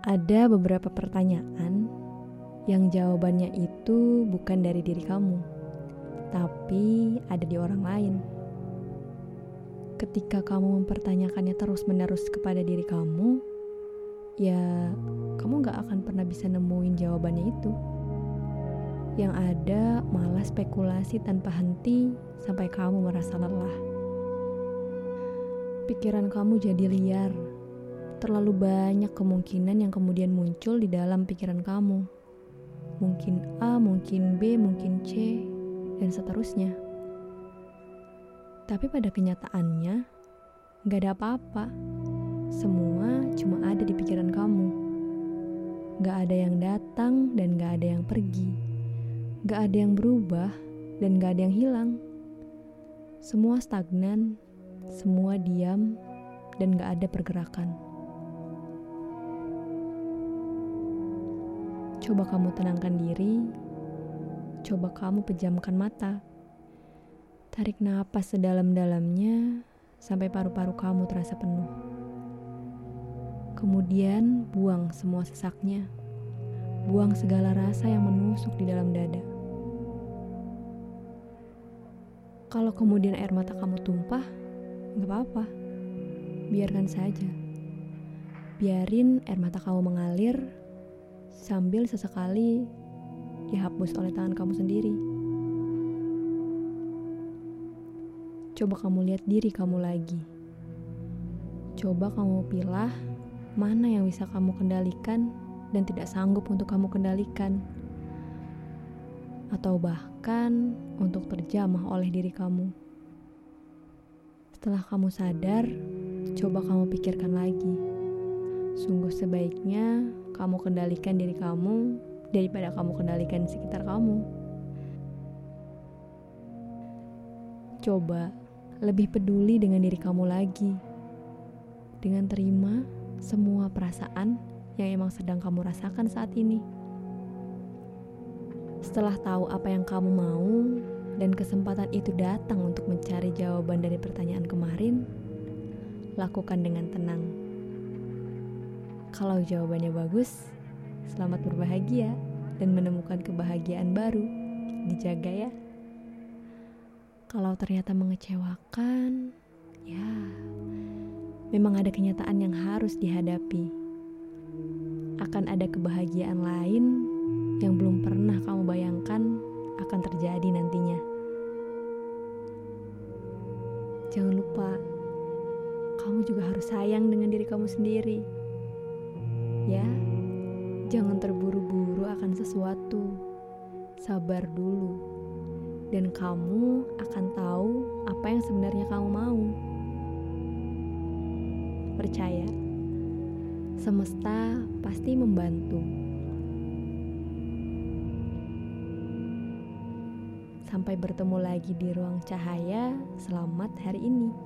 Ada beberapa pertanyaan yang jawabannya itu bukan dari diri kamu, tapi ada di orang lain. Ketika kamu mempertanyakannya terus-menerus kepada diri kamu, ya kamu gak akan pernah bisa nemuin jawabannya itu. Yang ada malah spekulasi tanpa henti sampai kamu merasa lelah. Pikiran kamu jadi liar. Terlalu banyak kemungkinan yang kemudian muncul di dalam pikiran kamu. Mungkin A, mungkin B, mungkin C, dan seterusnya. Tapi pada kenyataannya, gak ada apa-apa. Semua cuma ada di pikiran kamu. Gak ada yang datang dan gak ada yang pergi. Gak ada yang berubah dan gak ada yang hilang. Semua stagnan, semua diam, dan gak ada pergerakan. Coba kamu tenangkan diri, coba kamu pejamkan mata. Tarik napas sedalam-dalamnya sampai paru-paru kamu terasa penuh. Kemudian buang semua sesaknya. Buang segala rasa yang menusuk di dalam dada. Kalau kemudian air mata kamu tumpah, gak apa-apa. Biarkan saja. Biarin air mata kamu mengalir sambil sesekali dihapus oleh tangan kamu sendiri. Coba kamu lihat diri kamu lagi. Coba kamu pilah mana yang bisa kamu kendalikan dan tidak sanggup untuk kamu kendalikan. Atau bahkan untuk terjamah oleh diri kamu. Setelah kamu sadar, coba kamu pikirkan lagi. Sungguh sebaiknya kamu kendalikan diri kamu daripada kamu kendalikan sekitar kamu. Coba lebih peduli dengan diri kamu lagi. Dengan terima semua perasaan yang emang sedang kamu rasakan saat ini. Setelah tahu apa yang kamu mau dan kesempatan itu datang untuk mencari jawaban dari pertanyaan kemarin, lakukan dengan tenang. Kalau jawabannya bagus, selamat berbahagia dan menemukan kebahagiaan baru. Dijaga ya. Kalau ternyata mengecewakan, ya memang ada kenyataan yang harus dihadapi. Akan ada kebahagiaan lain yang belum pernah kamu bayangkan akan terjadi nantinya. Jangan lupa, kamu juga harus sayang dengan diri kamu sendiri. Ya, jangan terburu-buru akan sesuatu. Sabar dulu. Dan kamu akan tahu apa yang sebenarnya kamu mau. Percaya, semesta pasti membantu. Sampai bertemu lagi di ruang cahaya. Selamat hari ini.